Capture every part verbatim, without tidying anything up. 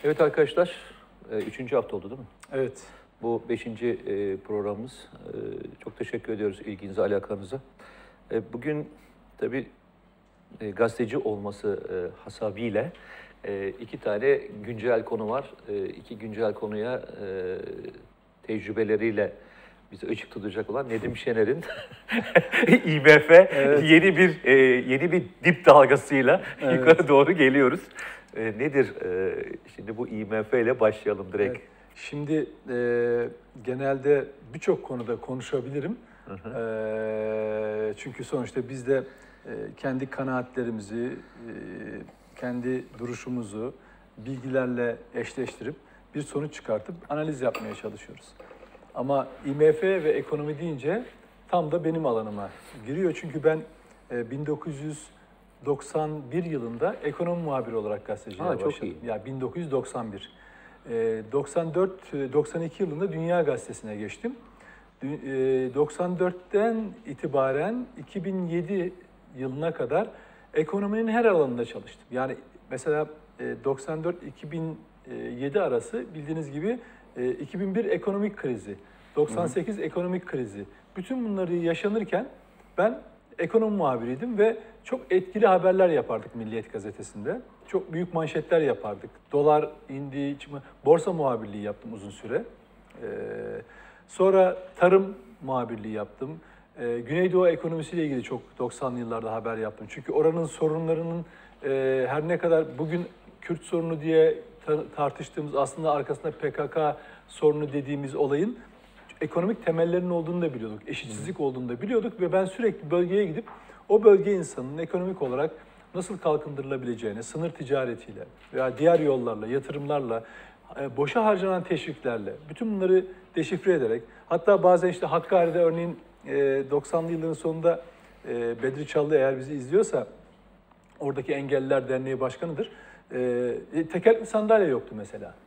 Evet arkadaşlar, üçüncü hafta oldu değil mi? Evet. Bu beşinci programımız. Çok teşekkür ediyoruz ilginize, alakanıza. Bugün tabii gazeteci olması hasabiyle iki tane güncel konu var. İki güncel konuya tecrübeleriyle bizi ışık tutacak olan Nedim Şener'in İ M F evet. yeni bir yeni bir dip dalgasıyla evet. yukarı doğru geliyoruz. E, nedir? E, şimdi bu İ M F ile başlayalım direkt. Evet. Şimdi e, genelde birçok konuda konuşabilirim. Hı hı. E, çünkü sonuçta biz de e, kendi kanaatlerimizi, e, kendi duruşumuzu bilgilerle eşleştirip bir sonuç çıkartıp analiz yapmaya çalışıyoruz. Ama İ M F ve ekonomi deyince tam da benim alanıma giriyor. Çünkü ben e, bin dokuz yüz doksan bir yılında ekonomi muhabiri olarak gazeteciliğe başladım. Çok iyi. Ya bin dokuz yüz doksan bir. E, doksan dört doksan iki yılında Dünya Gazetesi'ne geçtim. E, doksan dörtten itibaren iki bin yedi yılına kadar ekonominin her alanında çalıştım. Yani mesela e, doksan dört iki bin yedi arası bildiğiniz gibi e, iki bin bir ekonomik krizi, doksan sekiz hı hı. ekonomik krizi. Bütün bunları yaşanırken ben ekonomi muhabiriydim ve çok etkili haberler yapardık Milliyet Gazetesi'nde. Çok büyük manşetler yapardık. Dolar indi, çıkma. Borsa muhabirliği yaptım uzun süre. Ee, sonra tarım muhabirliği yaptım. Ee, Güneydoğu ekonomisiyle ilgili çok doksanlı yıllarda haber yaptım. Çünkü oranın sorunlarının e, her ne kadar bugün Kürt sorunu diye tartıştığımız aslında arkasında P K K sorunu dediğimiz olayın ekonomik temellerinin olduğunu da biliyorduk. Eşitsizlik olduğunu da biliyorduk ve ben sürekli bölgeye gidip o bölge insanının ekonomik olarak nasıl kalkındırılabileceğini, sınır ticaretiyle veya diğer yollarla, yatırımlarla, boşa harcanan teşviklerle bütün bunları deşifre ederek, hatta bazen işte Hakkari'de örneğin doksanlı yılların sonunda Bedri Çallı eğer bizi izliyorsa, oradaki Engelliler Derneği Başkanı'dır. Tekerlekli sandalye yoktu mesela.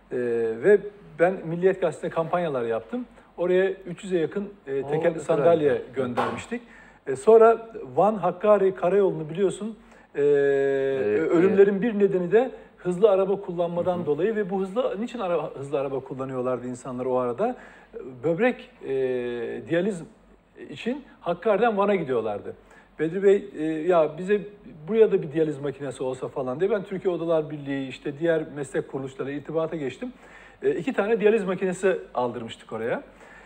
Ve ben Milliyet Gazetesi'ne kampanyalar yaptım. Oraya üç yüze yakın e, tekerlekli sandalye güzel. göndermiştik. E, sonra Van Hakkari karayolunu biliyorsun. E, evet, ölümlerin evet. bir nedeni de hızlı araba kullanmadan hı hı. dolayı ve bu hızlı niçin araba, hızlı araba kullanıyorlardı insanlar o arada? Böbrek e, diyaliz için Hakkari'den Van'a gidiyorlardı. Bedri Bey e, ya bize buraya da bir diyaliz makinesi olsa falan diye ben Türkiye Odalar Birliği işte diğer meslek kuruluşlarıyla irtibata geçtim. E, iki tane diyaliz makinesi aldırmıştık oraya.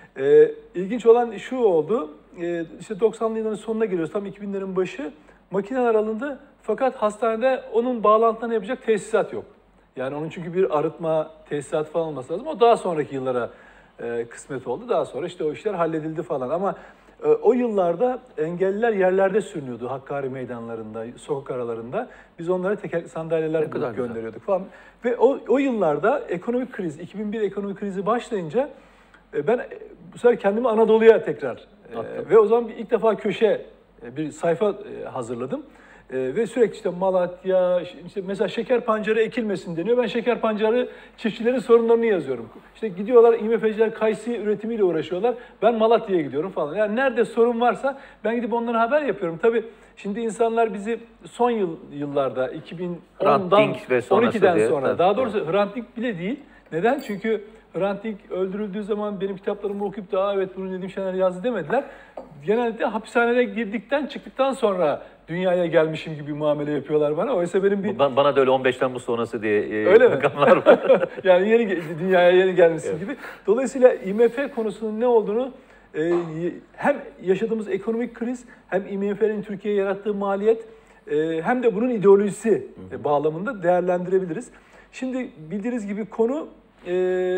E, ilginç olan şu oldu, e, işte doksanlı yılların sonuna geliyoruz, tam iki binlerin başı, makineler alındı fakat hastanede onun bağlantılarını yapacak tesisat yok. Yani onun çünkü bir arıtma tesisatı falan olması lazım. O daha sonraki yıllara e, kısmet oldu. Daha sonra işte o işler halledildi falan ama e, o yıllarda engelliler yerlerde sürünüyordu Hakkari meydanlarında, sokak aralarında. Biz onlara tekerlekli sandalyeler gönderiyorduk falan. Ve o, o yıllarda ekonomik kriz, iki bin bir ekonomik krizi başlayınca e, ben bu sefer kendimi Anadolu'ya tekrar e, ve o zaman bir, ilk defa köşe e, bir sayfa e, hazırladım. E, ve sürekli işte Malatya, işte mesela şeker pancarı ekilmesin deniyor. Ben şeker pancarı çiftçilerin sorunlarını yazıyorum. İşte gidiyorlar İ M F'ciler kayısı üretimiyle uğraşıyorlar. Ben Malatya'ya gidiyorum falan. Yani nerede sorun varsa ben gidip onlara haber yapıyorum. Tabii şimdi insanlar bizi son yıl, yıllarda iki bin ondan on ikiden diye, sonra tabii. daha doğrusu Hrant Dink bile değil. Neden? Çünkü Hrant Dink öldürüldüğü zaman benim kitaplarımı okuyup da evet bunu Nedim Şener yazdı demediler. Genelde hapishaneye girdikten çıktıktan sonra dünyaya gelmişim gibi muamele yapıyorlar bana. Oysa benim bir... Bana, bana da öyle on beş Temmuz sonrası diye e, rakamlar var. Yani yeni dünyaya yeni gelmişsin evet. gibi. Dolayısıyla İ M F konusunun ne olduğunu e, hem yaşadığımız ekonomik kriz hem İ M F'nin Türkiye'ye yarattığı maliyet e, hem de bunun ideolojisi hı hı. bağlamında değerlendirebiliriz. Şimdi bildiğiniz gibi konu e,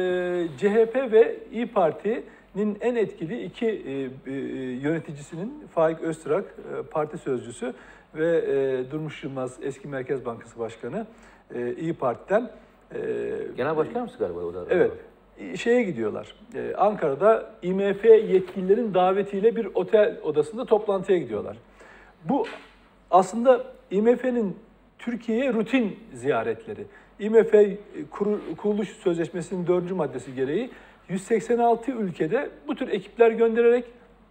C H P ve İYİ Parti'nin en etkili iki e, e, yöneticisinin Faik Öztürk, e, parti sözcüsü ve e, Durmuş Yılmaz eski Merkez Bankası Başkanı e, İYİ Parti'den. E, Genel Başkan mısın galiba o da? Evet. Şeye gidiyorlar. E, Ankara'da İ M F yetkililerin davetiyle bir otel odasında toplantıya gidiyorlar. Bu aslında İ M F'nin Türkiye'ye rutin ziyaretleri. İ M F kuruluş sözleşmesinin dördüncü maddesi gereği yüz seksen altı ülkede bu tür ekipler göndererek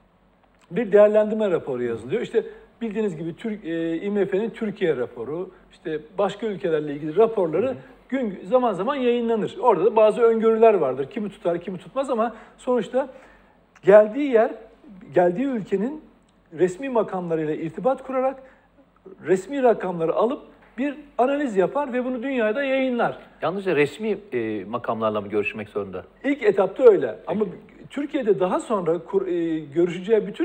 bir değerlendirme raporu yazılıyor. İşte bildiğiniz gibi Türk, e, İ M F'nin Türkiye raporu, işte başka ülkelerle ilgili raporları gün zaman zaman yayınlanır. Orada da bazı öngörüler vardır. Kimi tutar, kimi tutmaz ama sonuçta geldiği yer, geldiği ülkenin resmi makamlarıyla irtibat kurarak resmi rakamları alıp bir analiz yapar ve bunu dünyada yayınlar. Yalnızca resmi e, makamlarla mı görüşmek zorunda? İlk etapta öyle. Peki. Ama Türkiye'de daha sonra kur, e, görüşeceği bütün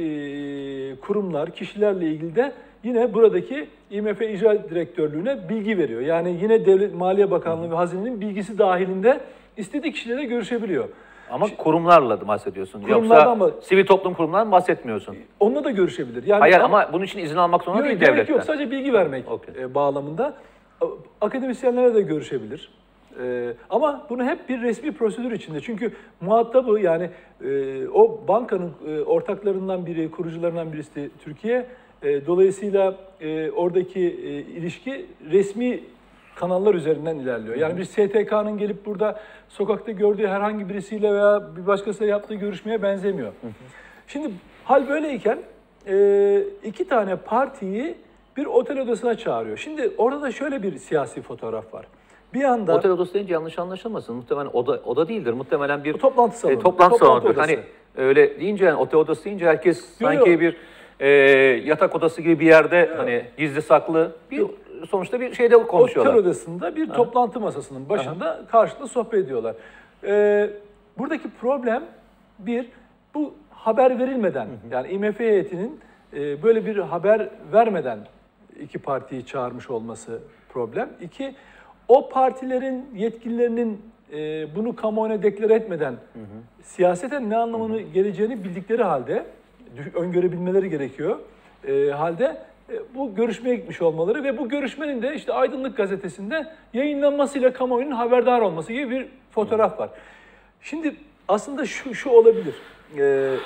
e, kurumlar, kişilerle ilgili de yine buradaki I M F İcra Direktörlüğü'ne bilgi veriyor. Yani yine Devlet Maliye Bakanlığı ve Hazine'nin bilgisi dahilinde istediği kişilerle görüşebiliyor. Ama kurumlarla da bahsediyorsun. Kurumlardan Yoksa mı? Sivil toplum kurumlarından bahsetmiyorsun. Onunla da görüşebilir. Yani Hayır ama, ama bunun için izin almak zorunda yok, değil gerek devletten. Yok, sadece bilgi vermek okay. bağlamında. Akademisyenlerle de görüşebilir. Ee, ama bunu hep bir resmi prosedür içinde. Çünkü muhatabı yani e, o bankanın e, ortaklarından biri, kurucularından birisi de Türkiye. E, dolayısıyla e, oradaki e, ilişki resmi kanallar üzerinden ilerliyor. Yani bir S T K'nın gelip burada sokakta gördüğü herhangi birisiyle veya bir başkasıyla yaptığı görüşmeye benzemiyor. Hı hı. Şimdi hal böyleyken e, iki tane partiyi bir otel odasına çağırıyor. Şimdi orada da şöyle bir siyasi fotoğraf var. Bir anda otel odası deyince yanlış anlaşılmasın. Muhtemelen oda oda değildir. Muhtemelen bir toplantı salonu. E, toplantı, toplantı salonudur. Hani öyle deyince yani otel odası deyince herkes yok, sanki yok. bir e, yatak odası gibi bir yerde evet. hani gizli saklı bir yok. Sonuçta bir şeyde konuşuyorlar. Otel odasında bir Aha. toplantı masasının başında Aha. karşılıklı sohbet ediyorlar. Ee, buradaki problem bir, bu haber verilmeden, hı hı. yani I M F heyetinin e, böyle bir haber vermeden iki partiyi çağırmış olması problem. İki, o partilerin yetkililerinin e, bunu kamuoyuna deklare etmeden hı hı. siyaseten ne anlamını hı hı. geleceğini bildikleri halde, öngörebilmeleri gerekiyor e, halde bu görüşmeye gitmiş olmaları ve bu görüşmenin de işte Aydınlık Gazetesi'nde yayınlanmasıyla kamuoyunun haberdar olması gibi bir fotoğraf var. Şimdi aslında şu, şu olabilir. Ee,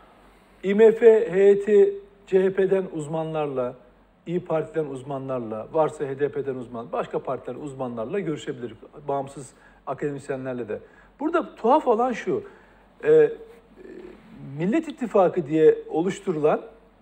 I M F heyeti C H P'den uzmanlarla, İYİ Parti'den uzmanlarla, varsa H D P'den uzman, başka partilerin uzmanlarla görüşebilir. Bağımsız akademisyenlerle de. Burada tuhaf olan şu, e, Millet İttifakı diye oluşturulan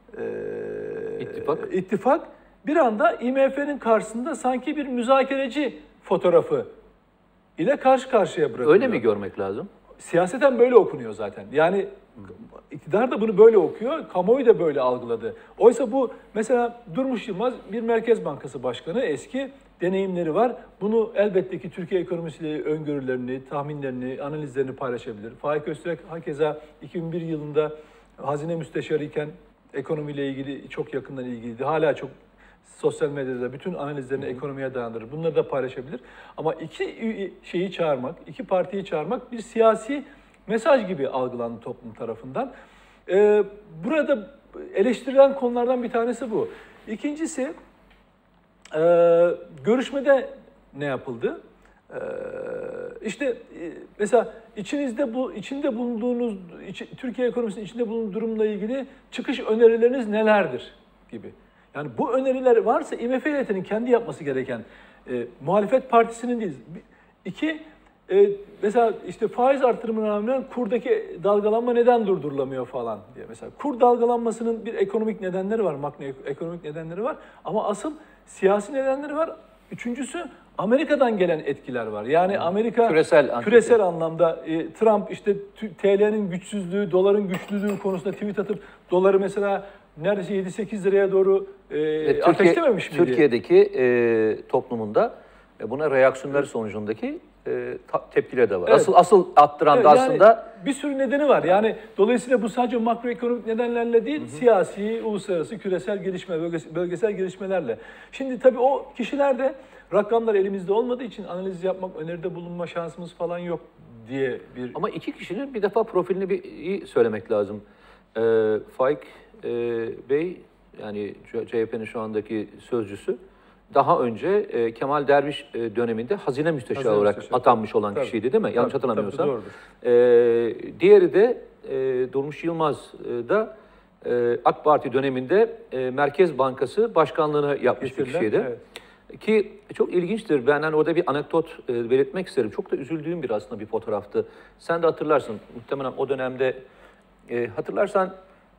Ee, ittifak. ittifak bir anda I M F'nin karşısında sanki bir müzakereci fotoğrafı ile karşı karşıya bırakılıyor. Öyle mi görmek lazım? Siyaseten böyle okunuyor zaten. Yani iktidar da bunu böyle okuyor, kamuoyu da böyle algıladı. Oysa bu mesela Durmuş Yılmaz bir Merkez Bankası Başkanı, eski deneyimleri var. Bunu elbette ki Türkiye ekonomisiyle öngörülerini, tahminlerini, analizlerini paylaşabilir. Faik Öztürk hakeza iki bin bir yılında Hazine Müsteşarı iken ekonomiyle ilgili çok yakından ilgiliydi. Hala çok sosyal medyada bütün analizlerini ekonomiye dayandırır. Bunları da paylaşabilir. Ama iki şeyi çağırmak, iki partiyi çağırmak bir siyasi mesaj gibi algılandı toplum tarafından. Ee, burada eleştirilen konulardan bir tanesi bu. İkincisi, e, görüşmede ne yapıldı? Ee, işte mesela içinizde bu içinde bulunduğunuz iç, Türkiye ekonomisinin içinde bulunduğu durumla ilgili çıkış önerileriniz nelerdir gibi. Yani bu öneriler varsa I M F heyetinin kendi yapması gereken, e, muhalefet partisinin değil. İki, e, mesela işte faiz artırımına rağmen kurdaki dalgalanma neden durdurulamıyor falan diye. Mesela kur dalgalanmasının bir ekonomik nedenleri var, makroekonomik nedenleri var ama asıl siyasi nedenleri var. Üçüncüsü, Amerika'dan gelen etkiler var. Yani Amerika küresel, küresel anlamda e, Trump işte T L'nin güçsüzlüğü, doların güçlülüğü konusunda tweet atıp doları mesela neredeyse yedi sekiz liraya doğru e, ateşlememiş miydi? Türkiye'deki e, toplumunda e, buna reaksiyonları sonucundaki e, ta, tepkileri de var. Evet. Asıl asıl attıran evet, da aslında yani bir sürü nedeni var. Yani dolayısıyla bu sadece makroekonomik nedenlerle değil, hı hı. siyasi, uluslararası, küresel gelişme, bölgesel, bölgesel gelişmelerle. Şimdi tabii o kişiler de rakamlar elimizde olmadığı için analiz yapmak, öneride bulunma şansımız falan yok diye bir... Ama iki kişinin bir defa profilini bir iyi söylemek lazım. Ee, Faik e, Bey, yani C H P'nin şu andaki sözcüsü, daha önce e, Kemal Derviş e, döneminde hazine müsteşarı Hazine olarak müsteşarı. atanmış olan tabii. kişiydi değil mi? Yanlış tabii, hatırlamıyorsam. Tabii, e, diğeri de e, Durmuş Yılmaz e, da e, AK Parti döneminde e, Merkez Bankası Başkanlığını yapmış Getirilen, bir kişiydi. Evet. Ki çok ilginçtir. Ben hani orada bir anekdot e, belirtmek isterim. Çok da üzüldüğüm bir aslında bir fotoğraftı. Sen de hatırlarsın. Muhtemelen o dönemde e, hatırlarsan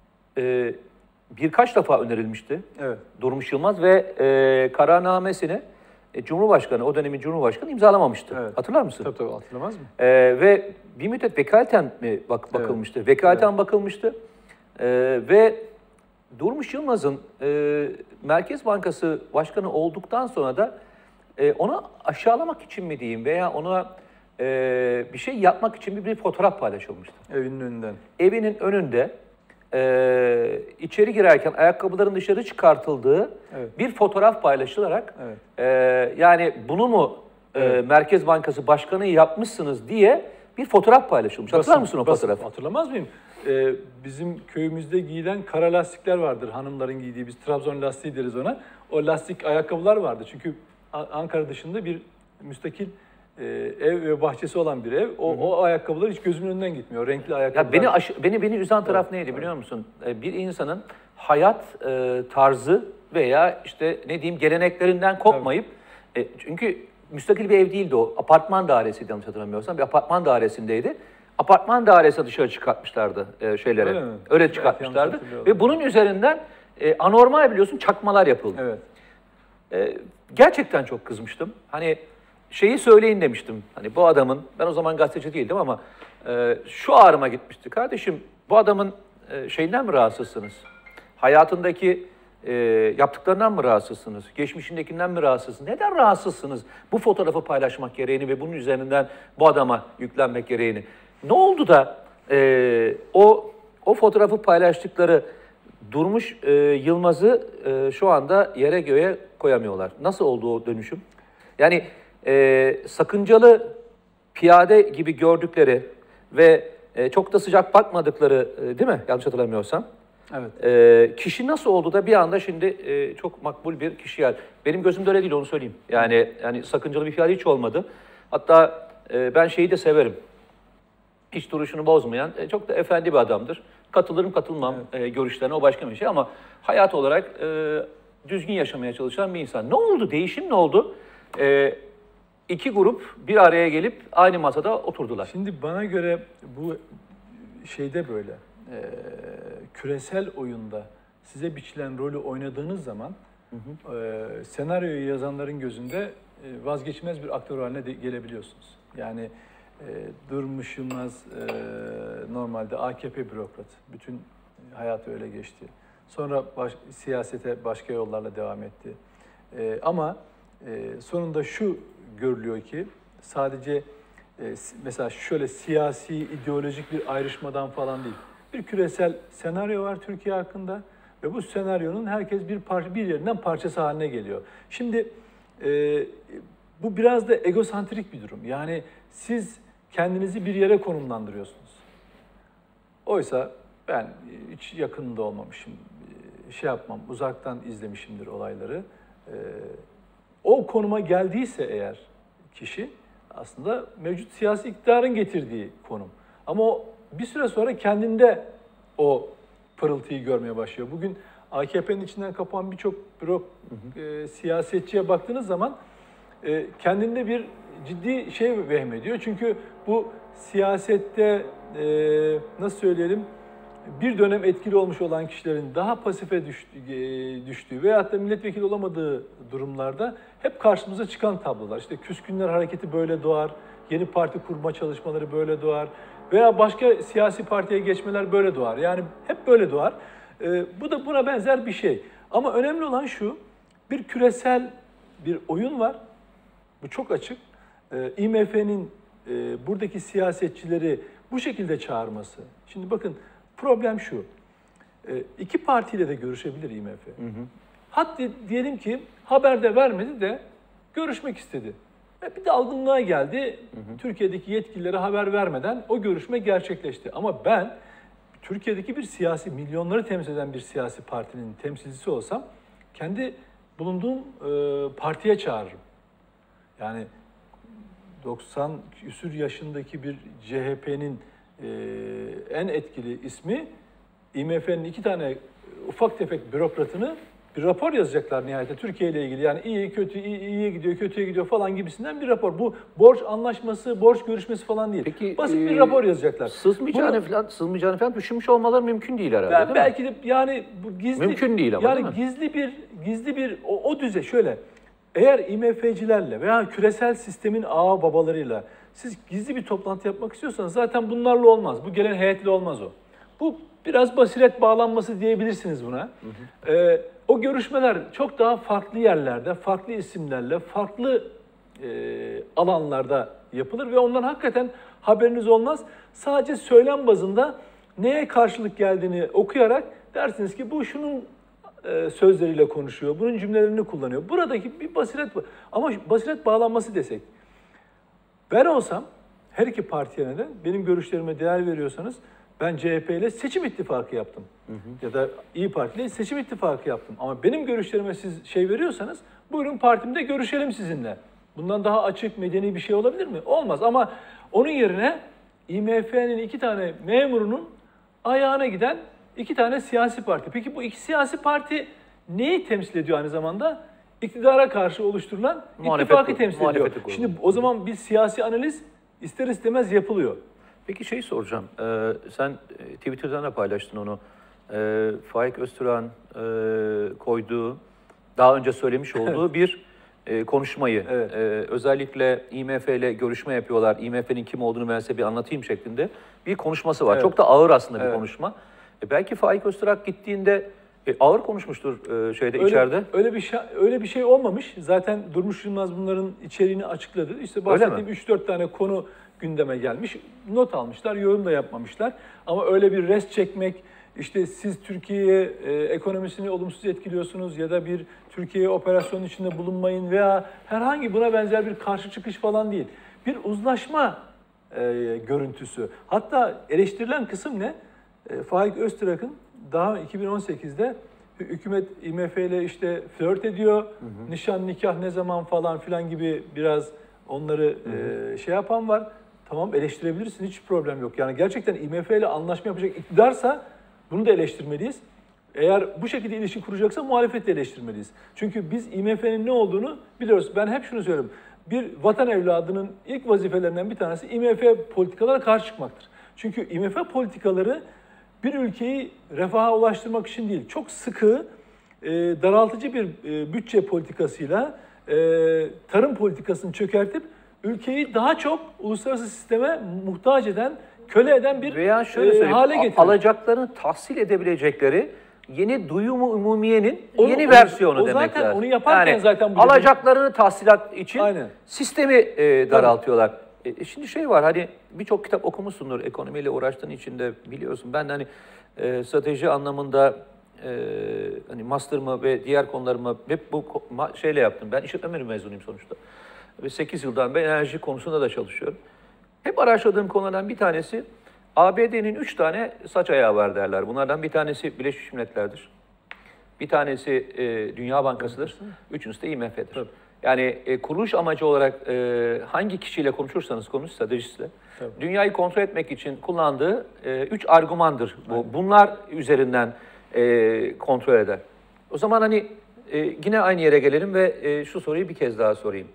e, birkaç defa önerilmişti. Evet. Durmuş Yılmaz ve e, kararnamesini e, Cumhurbaşkanı, o dönemin Cumhurbaşkanı imzalamamıştı. Evet. Hatırlar mısın? Tabii tabii, hatırlamaz mı? E, ve bir müddet vekaleten mi bak, bakılmıştı? Evet. Vekaleten evet. bakılmıştı. E, ve Durmuş Yılmaz'ın e, Merkez Bankası Başkanı olduktan sonra da e, onu aşağılamak için mi diyeyim veya ona e, bir şey yapmak için bir, bir fotoğraf paylaşılmıştı. Evinin önünden. Evinin önünde e, içeri girerken ayakkabıların dışarı çıkartıldığı evet. bir fotoğraf paylaşılarak evet. e, yani bunu mu evet. e, Merkez Bankası Başkanı yapmışsınız diye bir fotoğraf paylaşılmış. Hatırlar mısın o fotoğrafı? Hatırlamaz mıyım? Ee, bizim köyümüzde giyilen kara lastikler vardır. Hanımların giydiği, biz Trabzon lastiği deriz ona. O lastik ayakkabılar vardı. Çünkü Ankara dışında bir müstakil e, ev ve bahçesi olan bir ev. O, hı hı. o ayakkabılar hiç gözümün önünden gitmiyor. Renkli ayakkabılar. Ya beni aşı, beni beni üzen taraf evet, neydi evet. biliyor musun? Bir insanın hayat e, tarzı veya işte ne diyeyim geleneklerinden kopmayıp e, çünkü müstakil bir ev değildi o. Apartman dairesiydi yanlış hatırlamıyorsam. Bir apartman dairesindeydi. Apartman dairesi dışarı çıkartmışlardı e, şeylere. Öyle, Öyle çıkartmışlardı. Evet, ve bunun üzerinden e, anormal biliyorsun çakmalar yapıldı. Evet. E, gerçekten çok kızmıştım. Hani şeyi söyleyin demiştim. Hani bu adamın, ben o zaman gazeteci değildim ama e, şu ağrıma gitmişti. Kardeşim bu adamın e, şeyinden mi rahatsızsınız? Hayatındaki e, yaptıklarından mı rahatsızsınız? Geçmişindekinden mi rahatsızsınız? Neden rahatsızsınız? Bu fotoğrafı paylaşmak gereğini ve bunun üzerinden bu adama yüklenmek gereğini. Ne oldu da e, o o fotoğrafı paylaştıkları Durmuş e, Yılmaz'ı e, şu anda yere göğe koyamıyorlar? Nasıl oldu o dönüşüm? Yani e, sakıncalı piyade gibi gördükleri ve e, çok da sıcak bakmadıkları e, değil mi? Yanlış hatırlamıyorsam. Evet. E, kişi nasıl oldu da bir anda şimdi e, çok makbul bir kişi yani. Benim gözümde öyle değil onu söyleyeyim. Yani yani sakıncalı bir piyade hiç olmadı. Hatta e, ben şeyi de severim. Hiç duruşunu bozmayan, e, çok da efendi bir adamdır. Katılırım katılmam evet. e, görüşlerine o başka bir şey ama hayat olarak e, düzgün yaşamaya çalışan bir insan. Ne oldu? Değişim ne oldu? E, iki grup bir araya gelip aynı masada oturdular. Şimdi bana göre bu şeyde böyle e, küresel oyunda size biçilen rolü oynadığınız zaman hı hı. E, senaryoyu yazanların gözünde e, vazgeçilmez bir aktör haline de gelebiliyorsunuz. Yani e, Durmuş Yılmaz e, normalde A K P bürokratı. Bütün hayatı öyle geçti. Sonra baş, siyasete başka yollarla devam etti. E, ama e, sonunda şu görülüyor ki sadece e, mesela şöyle siyasi, ideolojik bir ayrışmadan falan değil. Bir küresel senaryo var Türkiye hakkında ve bu senaryonun herkes bir parça, bir yerinden parçası haline geliyor. Şimdi e, bu biraz da egosantrik bir durum. Yani siz kendinizi bir yere konumlandırıyorsunuz. Oysa ben hiç yakınında olmamışım, şey yapmam, uzaktan izlemişimdir olayları. E, o konuma geldiyse eğer kişi aslında mevcut siyasi iktidarın getirdiği konum. Ama o bir süre sonra kendinde o pırıltıyı görmeye başlıyor. Bugün A K P'nin içinden kapan birçok bürok e, siyasetçiye baktığınız zaman e, kendinde bir ciddi şey vehmediyor. Çünkü bu siyasette e, nasıl söyleyelim bir dönem etkili olmuş olan kişilerin daha pasife düştüğü veyahut da milletvekili olamadığı durumlarda hep karşımıza çıkan tablolar. İşte Küskünler Hareketi böyle doğar, yeni parti kurma çalışmaları böyle doğar veya başka siyasi partiye geçmeler böyle doğar. Yani hep böyle doğar. Ee, bu da buna benzer bir şey. Ama önemli olan şu, bir küresel bir oyun var. Bu çok açık. Ee, I M F'nin e, buradaki siyasetçileri bu şekilde çağırması. Şimdi bakın, problem şu, iki partiyle de görüşebilir I M F. Hı hı. Hatta diyelim ki haber de vermedi de görüşmek istedi. Bir dalgınlığa geldi, hı hı. Türkiye'deki yetkililere haber vermeden o görüşme gerçekleşti. Ama ben Türkiye'deki bir siyasi, milyonları temsil eden bir siyasi partinin temsilcisi olsam kendi bulunduğum partiye çağırırım. Yani doksan küsur yaşındaki bir C H P'nin Ee, en etkili ismi I M F'nin iki tane ufak tefek bürokratını bir rapor yazacaklar nihayetinde Türkiye ile ilgili. Yani iyi, kötü, iyi, iyiye gidiyor, kötüye gidiyor falan gibisinden bir rapor. Bu borç anlaşması, borç görüşmesi falan değil. Peki, basit bir e, rapor yazacaklar. Sızmayacağını Bunu, falan, sızmayacağını falan düşünmüş olmaları mümkün değil herhalde. Ben, değil belki mi? de yani bu gizli mümkün değil ama yani değil mi? gizli bir gizli bir o, o düzey şöyle Eğer I M F'cilerle veya küresel sistemin ağa babalarıyla siz gizli bir toplantı yapmak istiyorsanız zaten bunlarla olmaz. Bu gelen heyetle olmaz o. Bu biraz basiret bağlanması diyebilirsiniz buna. Hı hı. Ee, o görüşmeler çok daha farklı yerlerde, farklı isimlerle, farklı e, alanlarda yapılır ve ondan hakikaten haberiniz olmaz. Sadece söylem bazında neye karşılık geldiğini okuyarak dersiniz ki bu şunun e, sözleriyle konuşuyor, bunun cümlelerini kullanıyor. Buradaki bir basiret var. Ama basiret bağlanması desek, ben olsam her iki partiye de benim görüşlerime değer veriyorsanız ben C H P ile seçim ittifakı yaptım. Hı hı. Ya da İYİ Parti ile seçim ittifakı yaptım. Ama benim görüşlerime siz şey veriyorsanız buyurun partimde görüşelim sizinle. Bundan daha açık, medeni bir şey olabilir mi? Olmaz ama onun yerine I M F'nin iki tane memurunun ayağına giden iki tane siyasi parti. Peki bu iki siyasi parti neyi temsil ediyor aynı zamanda? İktidara karşı oluşturulan muhalefet ittifakı temsil ediyor. Şimdi o zaman bir siyasi analiz ister istemez yapılıyor. Peki şeyi soracağım. Ee, sen Twitter'dan da paylaştın onu. Ee, Faik Öztürk'ün e, koyduğu, daha önce söylemiş olduğu bir e, konuşmayı. Evet. Ee, özellikle I M F ile görüşme yapıyorlar. I M F'nin kim olduğunu ben size bir anlatayım şeklinde bir konuşması var. Evet. Çok da ağır aslında bir evet. konuşma. E, belki Faik Öztürk gittiğinde e, ağır konuşmuştur e, şeyde öyle, içeride. Öyle bir şey öyle bir şey olmamış. Zaten Durmuş Yılmaz bunların içeriğini açıkladı. İşte bahsettiğim üç dört tane konu gündeme gelmiş. Not almışlar, yorum da yapmamışlar. Ama öyle bir rest çekmek, işte siz Türkiye e, ekonomisini olumsuz etkiliyorsunuz ya da bir Türkiye operasyonun içinde bulunmayın veya herhangi buna benzer bir karşı çıkış falan değil. Bir uzlaşma e, görüntüsü. Hatta eleştirilen kısım ne? E, Faik Öztürk'ün daha iki bin on sekizde hükümet I M F ile işte flört ediyor, hı hı. nişan nikah ne zaman falan filan gibi biraz onları hı hı. E, şey yapan var. Tamam eleştirebilirsin, hiç problem yok. Yani gerçekten I M F ile anlaşma yapacak iktidarsa bunu da eleştirmeliyiz. Eğer bu şekilde ilişki kuracaksa muhalefeti de eleştirmeliyiz. Çünkü biz I M F'nin ne olduğunu biliyoruz. Ben hep şunu söylüyorum. Bir vatan evladının ilk vazifelerinden bir tanesi I M F politikalara karşı çıkmaktır. Çünkü I M F politikaları bir ülkeyi refaha ulaştırmak için değil, çok sıkı, e, daraltıcı bir e, bütçe politikasıyla e, tarım politikasını çökertip ülkeyi daha çok uluslararası sisteme muhtaç eden, köle eden bir Veya şöyle e, hale getiriyor. Alacaklarını tahsil edebilecekleri yeni duyumu umumiyenin onu, yeni onu, versiyonu o demek zaten, lazım. Onu yaparken yani, zaten... Bu alacaklarını dediğim... tahsilat için Aynen. sistemi e, daraltıyorlar. E, şimdi şey var, hani birçok kitap okumuşsundur ekonomiyle uğraştığın için de biliyorsun. Ben de hani e, strateji anlamında e, hani master'ımı ve diğer konularımı hep bu şeyle yaptım. Ben işletme mezunuyum sonuçta. Ve sekiz yıldan ben enerji konusunda da çalışıyorum. Hep araştırdığım konulardan bir tanesi, A B D'nin üç tane saç ayağı var derler. Bunlardan bir tanesi Birleşmiş Milletler'dir. Bir tanesi e, Dünya Bankası'dır. Üçüncüsü de I M F'dir. Tabii. Yani e, kuruluş amacı olarak e, hangi kişiyle konuşursanız konuş, stratejistle, Tabii. dünyayı kontrol etmek için kullandığı e, üç argümandır bu. Aynen. Bunlar üzerinden e, kontrol eder. O zaman hani e, yine aynı yere gelelim ve e, şu soruyu bir kez daha sorayım.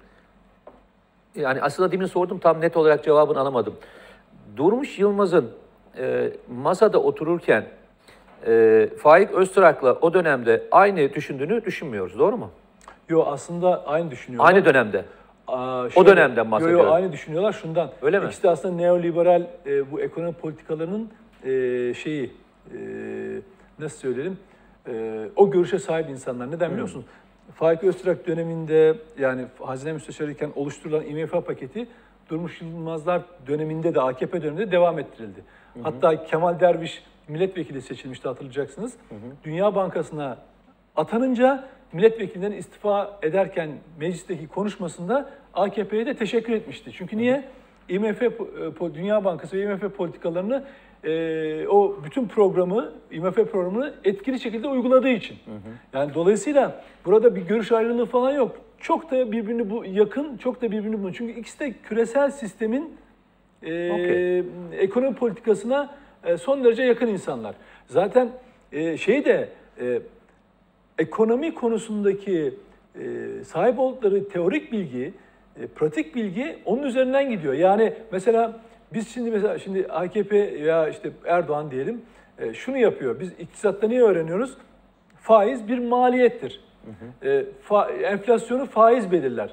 Yani aslında demin sordum, tam net olarak cevabını alamadım. Durmuş Yılmaz'ın e, masada otururken e, Faik Öztürk'la o dönemde aynı düşündüğünü düşünmüyoruz, doğru mu? Yok, aslında aynı düşünüyorlar. Aynı dönemde. Aa, şöyle, o dönemden bahsediyorum. Yok, aynı düşünüyorlar şundan. Öyle mi? İkisi de aslında neoliberal e, bu ekonomi politikalarının e, şeyi, e, nasıl söyleyelim, e, o görüşe sahip insanlar. Neden biliyor musun? Hmm. Faik Öztürk döneminde, yani Hazine Müsteşarıyken oluşturulan I M F paketi Durmuş Yılmazlar döneminde de, A K P döneminde devam ettirildi. Hı hı. Hatta Kemal Derviş milletvekili seçilmişti, hatırlayacaksınız. Hı hı. Dünya Bankası'na atanınca milletvekilinden istifa ederken meclisteki konuşmasında A K P'ye de teşekkür etmişti. Çünkü niye? I M F, Dünya Bankası ve I M F politikalarını, e, o bütün programı, I M F programını etkili şekilde uyguladığı için. Hı hı. Yani dolayısıyla burada bir görüş ayrılığı falan yok. Çok da birbirini bu yakın, çok da birbirini bulun. Çünkü ikisi de küresel sistemin e, okay. ekonomi politikasına e, son derece yakın insanlar. Zaten e, şey de e, ekonomi konusundaki e, sahip oldukları teorik bilgi, e, pratik bilgi onun üzerinden gidiyor. Yani mesela biz şimdi mesela şimdi A K P veya işte Erdoğan diyelim e, şunu yapıyor. Biz iktisatta niye öğreniyoruz? Faiz bir maliyettir. hı. E, fa, enflasyonu faiz belirler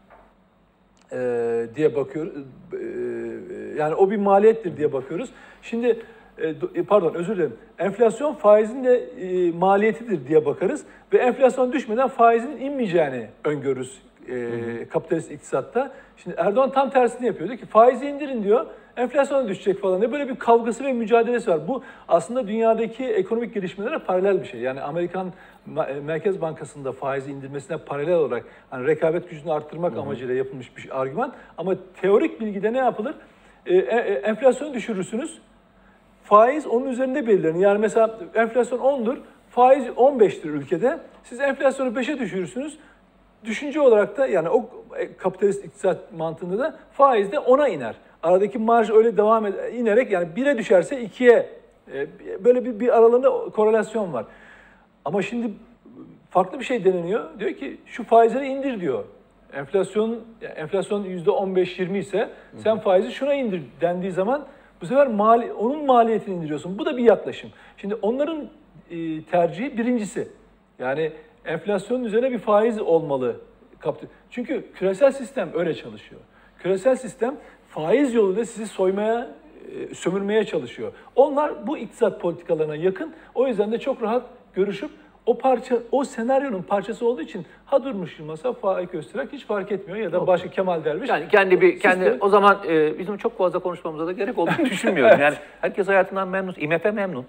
e, diye bakıyoruz. E, yani o bir maliyettir diye bakıyoruz. Şimdi e, pardon özür dilerim. Enflasyon faizin de e, maliyetidir diye bakarız ve enflasyon düşmeden faizin inmeyeceğini öngörürüz e, hı hı. kapitalist iktisatta. Şimdi Erdoğan tam tersini yapıyor. Diyor ki faizi indirin diyor. Enflasyon düşecek falan diye böyle bir kavgası ve mücadelesi var. Bu aslında dünyadaki ekonomik gelişmelere paralel bir şey. Yani Amerikan Merkez Bankası'nda faizi indirmesine paralel olarak hani rekabet gücünü arttırmak hı hı. amacıyla yapılmış bir argüman. Ama teorik bilgide ne yapılır? E, e, enflasyonu düşürürsünüz. Faiz onun üzerinde belirlenir. Yani mesela enflasyon ondur, faiz on beştir ülkede. Siz enflasyonu beşe düşürürsünüz. Düşünce olarak da yani o kapitalist iktisat mantığında da faiz de ona iner. Aradaki marj öyle devam eder, inerek yani bire düşerse ikiye böyle bir, bir aralarında korelasyon var. Ama şimdi farklı bir şey deneniyor. Diyor ki şu faizleri indir diyor. Enflasyon enflasyon yüzde on beş yirmi ise sen faizi şuna indir dendiği zaman bu sefer mali, onun maliyetini indiriyorsun. Bu da bir yaklaşım. Şimdi onların e, tercihi birincisi. Yani enflasyonun üzerine bir faiz olmalı. Çünkü küresel sistem öyle çalışıyor. Küresel sistem faiz yoluyla sizi soymaya, e, sömürmeye çalışıyor. Onlar bu iktisat politikalarına yakın. O yüzden de çok rahat görüşüp o parça, o senaryonun parçası olduğu için ha Durmuş Yılmaz'a Faik Öztürk hiç fark etmiyor ya da başka Kemal Derviş. Yani kendi bir kendi sistem, o zaman e, bizim çok fazla konuşmamıza da gerek olduğunu düşünmüyorum. Yani herkes hayatından memnun. I M F memnun.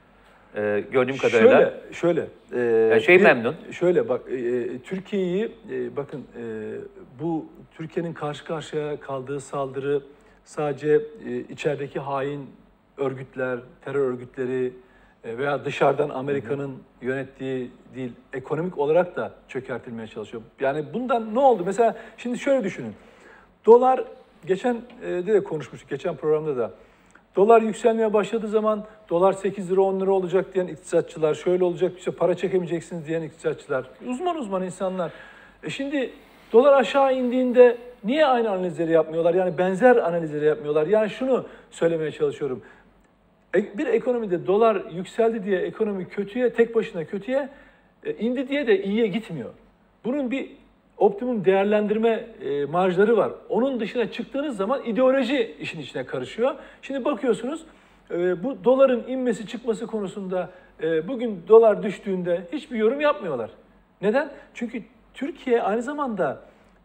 E, gördüğüm kadarıyla. Şöyle, şöyle. E, yani şey bir, memnun. Şöyle bak, e, Türkiye'yi e, bakın e, bu Türkiye'nin karşı karşıya kaldığı saldırı sadece e, içerideki hain örgütler, terör örgütleri veya dışarıdan Amerika'nın yönettiği değil, ekonomik olarak da çökertilmeye çalışıyor. Yani bundan ne oldu? Mesela şimdi şöyle düşünün. Dolar, geçen de, de konuşmuştuk, geçen programda da. Dolar yükselmeye başladığı zaman dolar sekiz lira on lira olacak diyen iktisatçılar, şöyle olacak, işte para çekemeyeceksiniz diyen iktisatçılar, uzman uzman insanlar. E şimdi dolar aşağı indiğinde niye aynı analizleri yapmıyorlar? Yani benzer analizleri yapmıyorlar. Yani şunu söylemeye çalışıyorum. Bir ekonomide dolar yükseldi diye ekonomi kötüye, tek başına kötüye, indi diye de iyiye gitmiyor. Bunun bir optimum değerlendirme marjları var. Onun dışına çıktığınız zaman ideoloji işin içine karışıyor. Şimdi bakıyorsunuz bu doların inmesi çıkması konusunda bugün dolar düştüğünde hiçbir yorum yapmıyorlar. Neden? Çünkü Türkiye aynı zamanda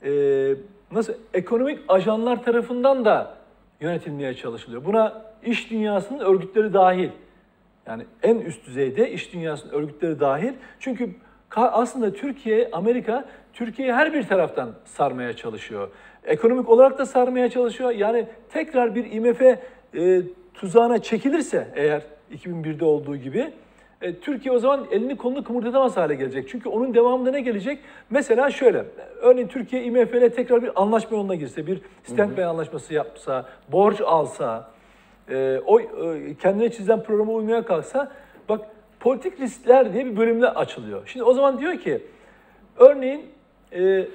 nasıl ekonomik ajanlar tarafından da yönetilmeye çalışılıyor. Buna iş dünyasının örgütleri dahil. Yani en üst düzeyde iş dünyasının örgütleri dahil. Çünkü aslında Türkiye, Amerika, Türkiye'yi her bir taraftan sarmaya çalışıyor. Ekonomik olarak da sarmaya çalışıyor. Yani tekrar bir I M F e, tuzağına çekilirse eğer iki bin birde olduğu gibi e, Türkiye o zaman elini kolunu kımırdatamaz hale gelecek. Çünkü onun devamında ne gelecek? Mesela şöyle, örneğin Türkiye I M F ile tekrar bir anlaşma yoluna girse, bir standby anlaşması yapsa, borç alsa, e, o e, kendine çizilen programa uymaya kalksa, bak politik riskler diye bir bölümle açılıyor. Şimdi o zaman diyor ki, örneğin e,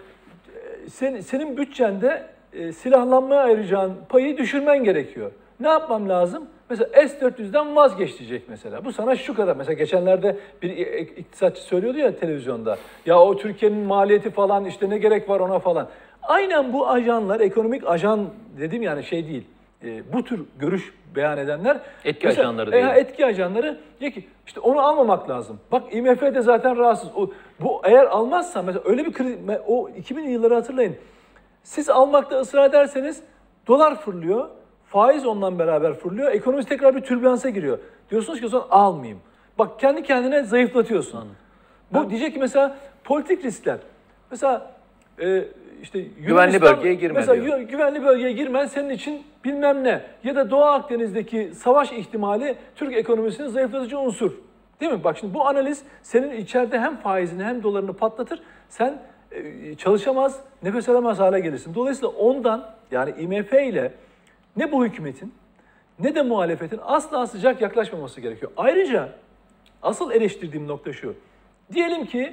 sen, senin bütçende e, silahlanmaya ayıracağın payı düşürmen gerekiyor. Ne yapmam lazım? Mesela S dört yüzden vazgeç diyecek mesela. Bu sana şu kadar. Mesela geçenlerde bir iktisatçı söylüyordu ya televizyonda. Ya o Türkiye'nin maliyeti falan işte ne gerek var ona falan. Aynen bu ajanlar, ekonomik ajan dedim yani şey değil. E, bu tür görüş beyan edenler. Etki mesela, ajanları diyor. E, etki ajanları diyor ki işte onu almamak lazım. Bak I M F de zaten rahatsız. O, bu eğer almazsa mesela öyle bir kriz, o iki binli yılları hatırlayın. Siz almakta ısrar ederseniz dolar fırlıyor. Faiz ondan beraber fırlıyor. Ekonomi tekrar bir türbülansa giriyor. Diyorsunuz ki o zaman almayayım. Bak kendi kendine zayıflatıyorsun. Anladım. Bu ben... diyecek ki mesela politik riskler. Mesela e, işte güvenli bölgeye girme mesela diyor. Güvenli bölgeye girmen senin için bilmem ne. Ya da Doğu Akdeniz'deki savaş ihtimali Türk ekonomisinin zayıflatıcı unsur. Değil mi? Bak şimdi bu analiz senin içeride hem faizini hem dolarını patlatır. Sen e, çalışamaz, nefes alamaz hale gelirsin. Dolayısıyla ondan yani I M F ile ne bu hükümetin ne de muhalefetin asla sıcak yaklaşmaması gerekiyor. Ayrıca asıl eleştirdiğim nokta şu. Diyelim ki,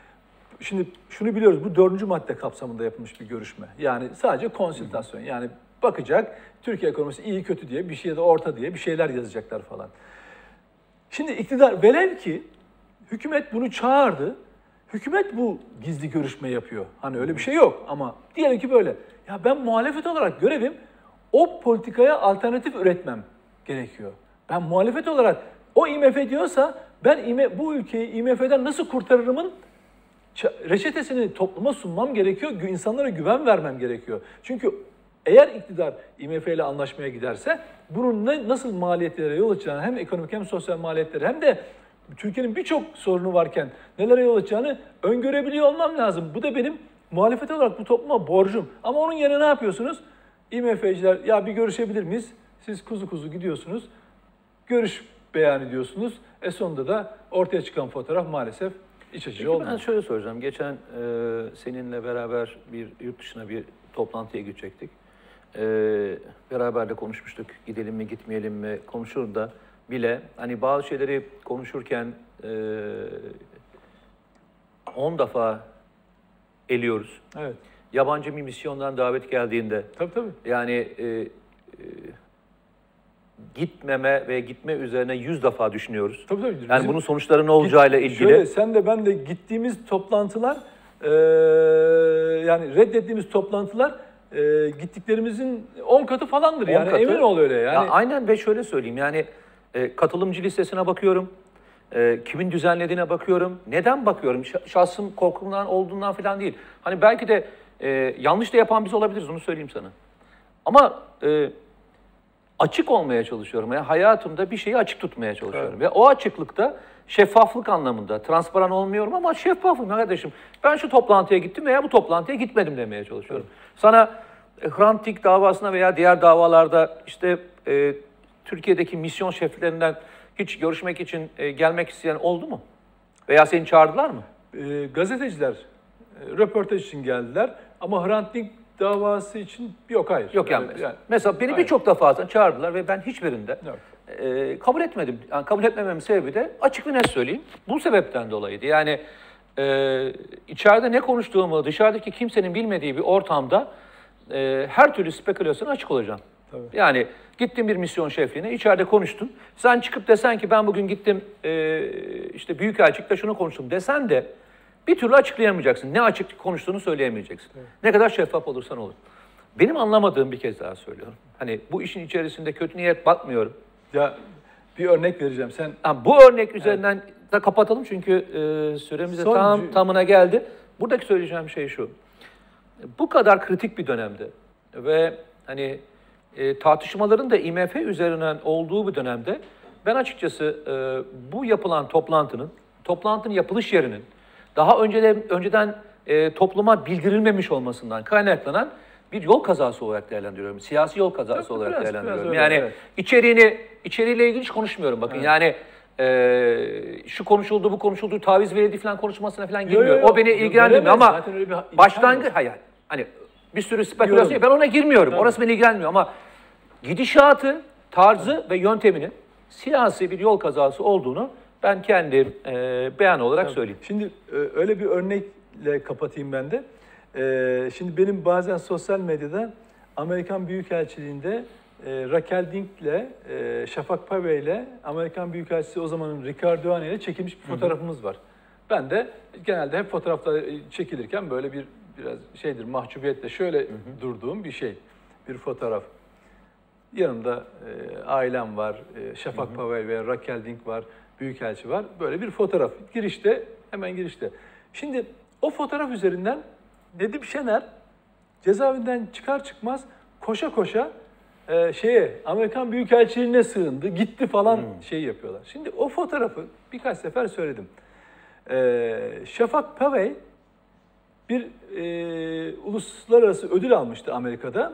şimdi şunu biliyoruz, bu dördüncü madde kapsamında yapılmış bir görüşme. Yani sadece konsültasyon. Yani bakacak, Türkiye ekonomisi iyi kötü diye bir şey ya da orta diye bir şeyler yazacaklar falan. Şimdi iktidar, velev ki hükümet bunu çağırdı. hükümet bu gizli görüşme yapıyor. Hani öyle bir şey yok ama diyelim ki böyle. Ya ben muhalefet olarak görevim o politikaya alternatif üretmem gerekiyor. Ben muhalefet olarak o I M F diyorsa ben İ M F, bu ülkeyi I M F'den nasıl kurtarırımın reçetesini topluma sunmam gerekiyor. İnsanlara güven vermem gerekiyor. Çünkü eğer iktidar I M F ile anlaşmaya giderse bunun ne, nasıl maliyetlere yol açacağını hem ekonomik hem sosyal maliyetleri hem de Türkiye'nin birçok sorunu varken nelere yol açacağını öngörebiliyor olmam lazım. Bu da benim muhalefet olarak bu topluma borcum. Ama onun yerine ne yapıyorsunuz? I M F'ciler ya bir görüşebilir miyiz? Siz kuzu kuzu gidiyorsunuz. Görüş beyan ediyorsunuz. E sonunda da ortaya çıkan fotoğraf maalesef iç açıcı olmuyor. Ben şöyle soracağım. Geçen e, seninle beraber bir yurt dışına bir toplantıya gidecektik. E, beraber de konuşmuştuk. Gidelim mi gitmeyelim mi konuşur da bile hani bazı şeyleri konuşurken on defa eliyoruz. Evet. Yabancı bir misyondan davet geldiğinde Tabii tabii. yani e, e, gitmeme ve gitme üzerine yüz defa düşünüyoruz. Tabii tabii. Yani Bizim bunun sonuçları ne olacağıyla ilgili. Şöyle, sen de ben de gittiğimiz toplantılar e, yani reddettiğimiz toplantılar e, gittiklerimizin on katı falandır. Yani katı. emin ol öyle yani. Ya aynen ve şöyle söyleyeyim yani e, katılımcı listesine bakıyorum. E, kimin düzenlediğine bakıyorum. Neden bakıyorum? Şahsım korkumdan olduğundan falan değil. Hani belki de e, yanlış da yapan biz olabiliriz onu söyleyeyim sana. Ama e, açık olmaya çalışıyorum. Yani hayatımda bir şeyi açık tutmaya çalışıyorum. Evet. Ve o açıklıkta şeffaflık anlamında transparan olmuyorum ama şeffafım kardeşim. Ben şu toplantıya gittim veya bu toplantıya gitmedim demeye çalışıyorum. Evet. Sana e, Hrant Dink davasına veya diğer davalarda işte e, Türkiye'deki misyon şeflerinden hiç görüşmek için e, gelmek isteyen oldu mu? Veya seni çağırdılar mı? E, gazeteciler e, röportaj için geldiler ama Hrant Dink davası için yok hayır. Yok yani. Evet, yani. Mesela beni birçok defa çağırdılar ve ben hiçbirinde e, kabul etmedim. Yani kabul etmememin sebebi de açık ve net söyleyeyim. Bu sebepten dolayıydı. Yani e, içeride ne konuştuğumu dışarıdaki kimsenin bilmediği bir ortamda e, her türlü spekülasyona açık olacağım. Tabii. Yani gittin bir misyon şefliğine, içeride konuştun. Sen çıkıp desen ki ben bugün gittim e, işte Büyükelçilik'te şunu konuştum desen de bir türlü açıklayamayacaksın. Ne açık konuştuğunu söyleyemeyeceksin. Evet. Ne kadar şeffaf olursan olur. Benim anlamadığım bir kez daha söylüyorum. Hani bu işin içerisinde kötü niyet bakmıyorum. Ya bir örnek vereceğim. Sen ha, bu örnek üzerinden evet. da kapatalım çünkü e, süremiz de tam tamına geldi. Buradaki söyleyeceğim şey şu. Bu kadar kritik bir dönemde ve hani e, tartışmaların da I M F üzerinden olduğu bir dönemde ben açıkçası e, bu yapılan toplantının, toplantının yapılış yerinin daha önceden, önceden e, topluma bildirilmemiş olmasından kaynaklanan bir yol kazası olarak değerlendiriyorum. Siyasi yol kazası Çok olarak biraz, değerlendiriyorum. Biraz öyle, yani evet. içeriğini, içeriğiyle ilgili hiç konuşmuyorum bakın. Evet. Yani e, şu konuşuldu, bu konuşuldu, taviz verildi falan konuşmasına falan girmiyorum. O beni ilgilendirmiyor ama başlangıç, hayır. Hani bir sürü spekülasyon, ben ona girmiyorum. Tabii. Orası beni ilgilenmiyor ama gidişatı, tarzı evet. ve yönteminin siyasi bir yol kazası olduğunu ben kendi e, beyan olarak Tabii. söyleyeyim. Şimdi e, öyle bir örnekle kapatayım ben de. E, şimdi benim bazen sosyal medyada Amerikan Büyükelçiliğinde e, Raquel Dink'le, e, Şafak Pavey'le Amerikan Büyükelçisi o zamanın Ricardo Duane ile çekilmiş bir fotoğrafımız var. Ben de genelde hep fotoğraflar çekilirken böyle bir biraz şeydir, mahcubiyetle şöyle hı hı. durduğum bir şey, bir fotoğraf. Yanımda e, ailem var, e, Şafak hı hı. Pavey ve Raquel Dink var, Büyükelçi var. Böyle bir fotoğraf. Girişte, hemen girişte. Şimdi o fotoğraf üzerinden Nedim Şener cezaevinden çıkar çıkmaz koşa koşa e, şeye Amerikan Büyükelçiliğine sığındı, gitti falan hmm. şey yapıyorlar. Şimdi o fotoğrafı birkaç sefer söyledim. E, Şafak Pavey bir e, uluslararası ödül almıştı Amerika'da.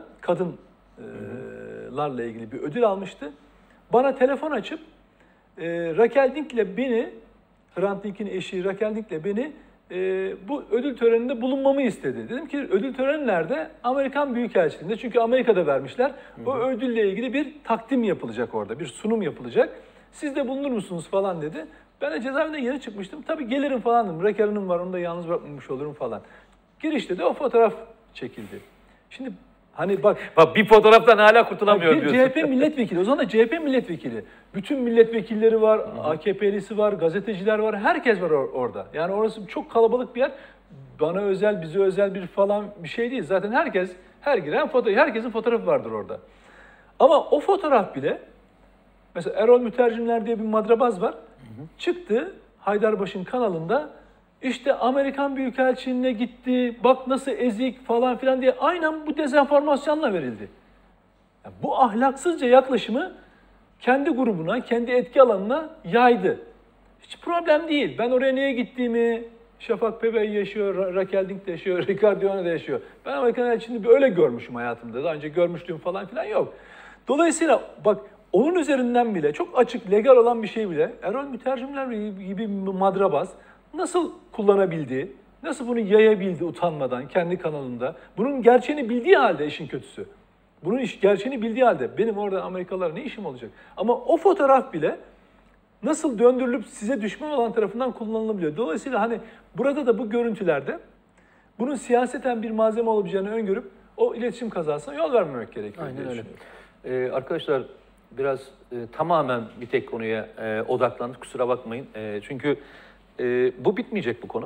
Kadınlarla ilgili bir ödül almıştı. Bana telefon açıp e, Raquel Dink'le beni, Hrant Dink'in eşi Raquel Dink'le beni e, bu ödül töreninde bulunmamı istedi. Dedim ki ödül töreni nerede? Amerikan Büyükelçiliğinde. Çünkü Amerika'da vermişler. Hı hı. O ödülle ilgili bir takdim yapılacak orada, bir sunum yapılacak. Siz de bulunur musunuz falan dedi. Ben de cezaevinden yeni çıkmıştım. Tabii gelirim falan dedim. Raquel Hanım var, onu da yalnız bırakmamış olurum falan. Girişte de o fotoğraf çekildi. Şimdi Hani bak, Bak bir fotoğraftan hala kurtulamıyorum bir diyorsun. C H P milletvekili, o zaman da C H P milletvekili. Bütün milletvekilleri var, A K P'lisi var, gazeteciler var, herkes var or- orada. Yani orası çok kalabalık bir yer. Bana özel, bize özel bir falan bir şey değil. Zaten herkes, her giren fotoğraf, herkesin fotoğrafı vardır orada. Ama o fotoğraf bile, mesela Erol Mütercimler diye bir madrabaz var. Hı hı. Çıktı Haydarbaş'ın kanalında, işte Amerikan Büyükelçiliğine gitti, bak nasıl ezik falan filan diye aynen bu dezenformasyonla verildi. Yani bu ahlaksızca yaklaşımı kendi grubuna, kendi etki alanına yaydı. Hiç problem değil. Ben oraya niye gittiğimi, Şafak Pebey yaşıyor, Raquel Dink de yaşıyor, Ricardo Ione de yaşıyor. Ben Amerikan elçiliğini öyle görmüşüm hayatımda. Daha önce görmüşlüğüm falan filan yok. Dolayısıyla bak onun üzerinden bile çok açık, legal olan bir şey bile Erol Mütercimler gibi bir madrabaz nasıl kullanabildi, nasıl bunu yayabildi utanmadan kendi kanalında. Bunun gerçeğini bildiği halde işin kötüsü. Bunun iş, gerçeğini bildiği halde benim orada Amerikalılarla ne işim olacak? Ama o fotoğraf bile nasıl döndürülüp size düşman olan tarafından kullanılabiliyor. Dolayısıyla hani burada da bu görüntülerde bunun siyaseten bir malzeme olabileceğini öngörüp o iletişim kazasına yol vermemek gerekiyor. Aynen öyle. Ee, arkadaşlar biraz e, tamamen bir tek konuya e, odaklandık. Kusura bakmayın. E, çünkü e, bu bitmeyecek bu konu.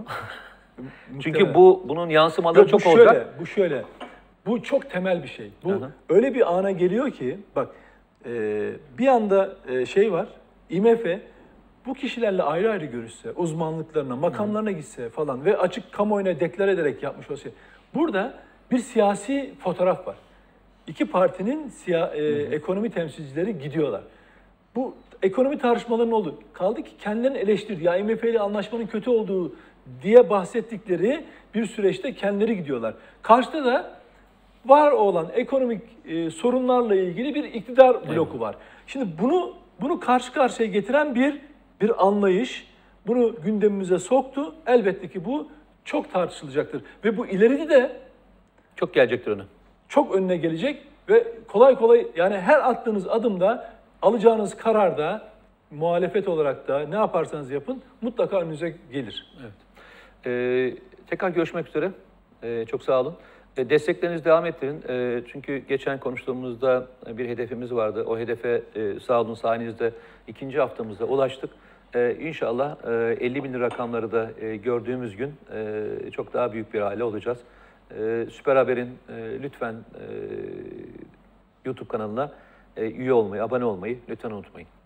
Çünkü bu bunun yansımaları Yok, çok bu şöyle, olacak. Bu şöyle. Bu çok temel bir şey. Bu Hı-hı. öyle bir ana geliyor ki bak e, bir anda e, şey var. I M F bu kişilerle ayrı ayrı görüşse, uzmanlıklarına, makamlarına gitse falan ve açık kamuoyuna deklar ederek yapmış olsa. Burada bir siyasi fotoğraf var. İki partinin siya, e, ekonomi temsilcileri gidiyorlar. Bu ekonomi tartışmalarının oldu. Kaldı ki kendilerini eleştirdi. Ya I M F ile anlaşmanın kötü olduğu diye bahsettikleri bir süreçte kendileri gidiyorlar. Karşıda da var olan ekonomik e, sorunlarla ilgili bir iktidar bloku evet. var. Şimdi bunu bunu karşı karşıya getiren bir bir anlayış, bunu gündemimize soktu. Elbette ki bu çok tartışılacaktır ve bu ileride de çok gelecektir ona. Çok önüne gelecek ve kolay kolay yani her attığınız adımda, alacağınız kararda, muhalefet olarak da ne yaparsanız yapın mutlaka önünüze gelir. Evet. Ee, tekrar görüşmek üzere. Ee, çok sağ olun. Ee, desteklerinizi devam ettirin. Ee, çünkü geçen konuştuğumuzda bir hedefimiz vardı. O hedefe e, sağ olun sayenizde ikinci haftamızda ulaştık. Ee, İnşallah e, elli bin rakamları da e, gördüğümüz gün e, çok daha büyük bir aile olacağız. Ee, Süper Haber'in e, lütfen e, YouTube kanalına e, üye olmayı, abone olmayı lütfen unutmayın.